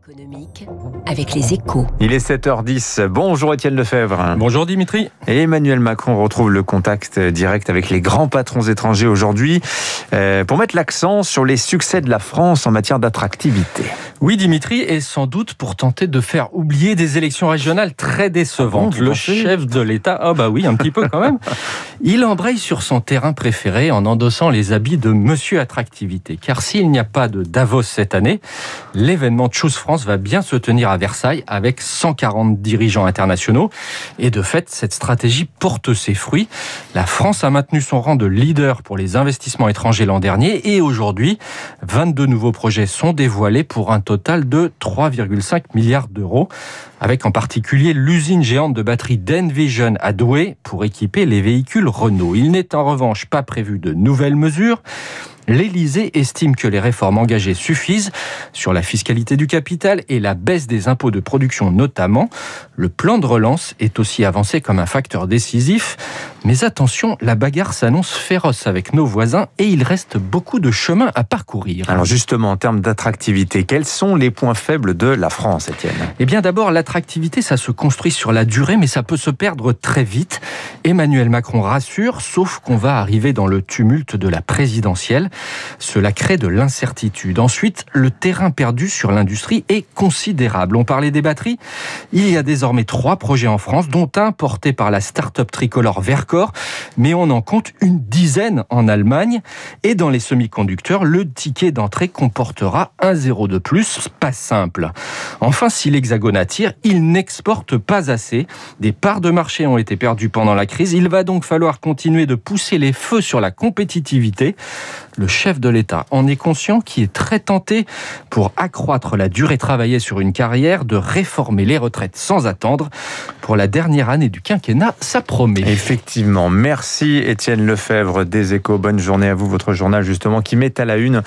Économique avec les Échos. Il est 7h10. Bonjour Étienne Lefebvre. Bonjour Dimitri. Et Emmanuel Macron retrouve le contact direct avec les grands patrons étrangers aujourd'hui pour mettre l'accent sur les succès de la France en matière d'attractivité. Oui Dimitri, et sans doute pour tenter de faire oublier des élections régionales très décevantes. Le chef de l'État, un petit peu quand même, il embraye sur son terrain préféré en endossant les habits de Monsieur Attractivité. Car s'il n'y a pas de Davos cette année, l'événement Choose France va bien se tenir à Versailles avec 140 dirigeants internationaux. Et de fait, cette stratégie porte ses fruits. La France a maintenu son rang de leader pour les investissements étrangers l'an dernier. Et aujourd'hui, 22 nouveaux projets sont dévoilés pour un total de 3,5 milliards d'euros. Avec en particulier l'usine géante de batterie d'Envision à Douai pour équiper les véhicules Renault. Il n'est en revanche pas prévu de nouvelles mesures. L'Élysée estime que les réformes engagées suffisent sur la fiscalité du capital et la baisse des impôts de production notamment. Le plan de relance est aussi avancé comme un facteur décisif. Mais attention, la bagarre s'annonce féroce avec nos voisins et il reste beaucoup de chemin à parcourir. Alors justement, en termes d'attractivité, quels sont les points faibles de la France, Étienne ? Eh bien d'abord, l'attractivité, ça se construit sur la durée, mais ça peut se perdre très vite. Emmanuel Macron rassure, sauf qu'on va arriver dans le tumulte de la présidentielle. Cela crée de l'incertitude. Ensuite, le terrain perdu sur l'industrie est considérable. On parlait des batteries. Il y a désormais 3 projets en France, dont un porté par la start-up tricolore Verkor, mais on en compte une dizaine en Allemagne. Et dans les semi-conducteurs, le ticket d'entrée comportera un zéro de plus, pas simple. Enfin, si l'Hexagone attire, il n'exporte pas assez. Des parts de marché ont été perdues pendant la crise. Il va donc falloir continuer de pousser les feux sur la compétitivité. Le chef de l'État en est conscient, qui est très tenté, pour accroître la durée travaillée sur une carrière, de réformer les retraites sans attendre. Pour la dernière année du quinquennat, ça promet. Effectivement. Merci Étienne Lefebvre des Échos. Bonne journée à vous, votre journal justement qui met à la une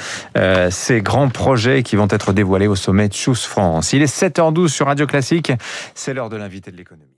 ces grands projets qui vont être dévoilés au sommet Choose France. Il est 7h12 sur Radio Classique. C'est l'heure de l'invité de l'économie.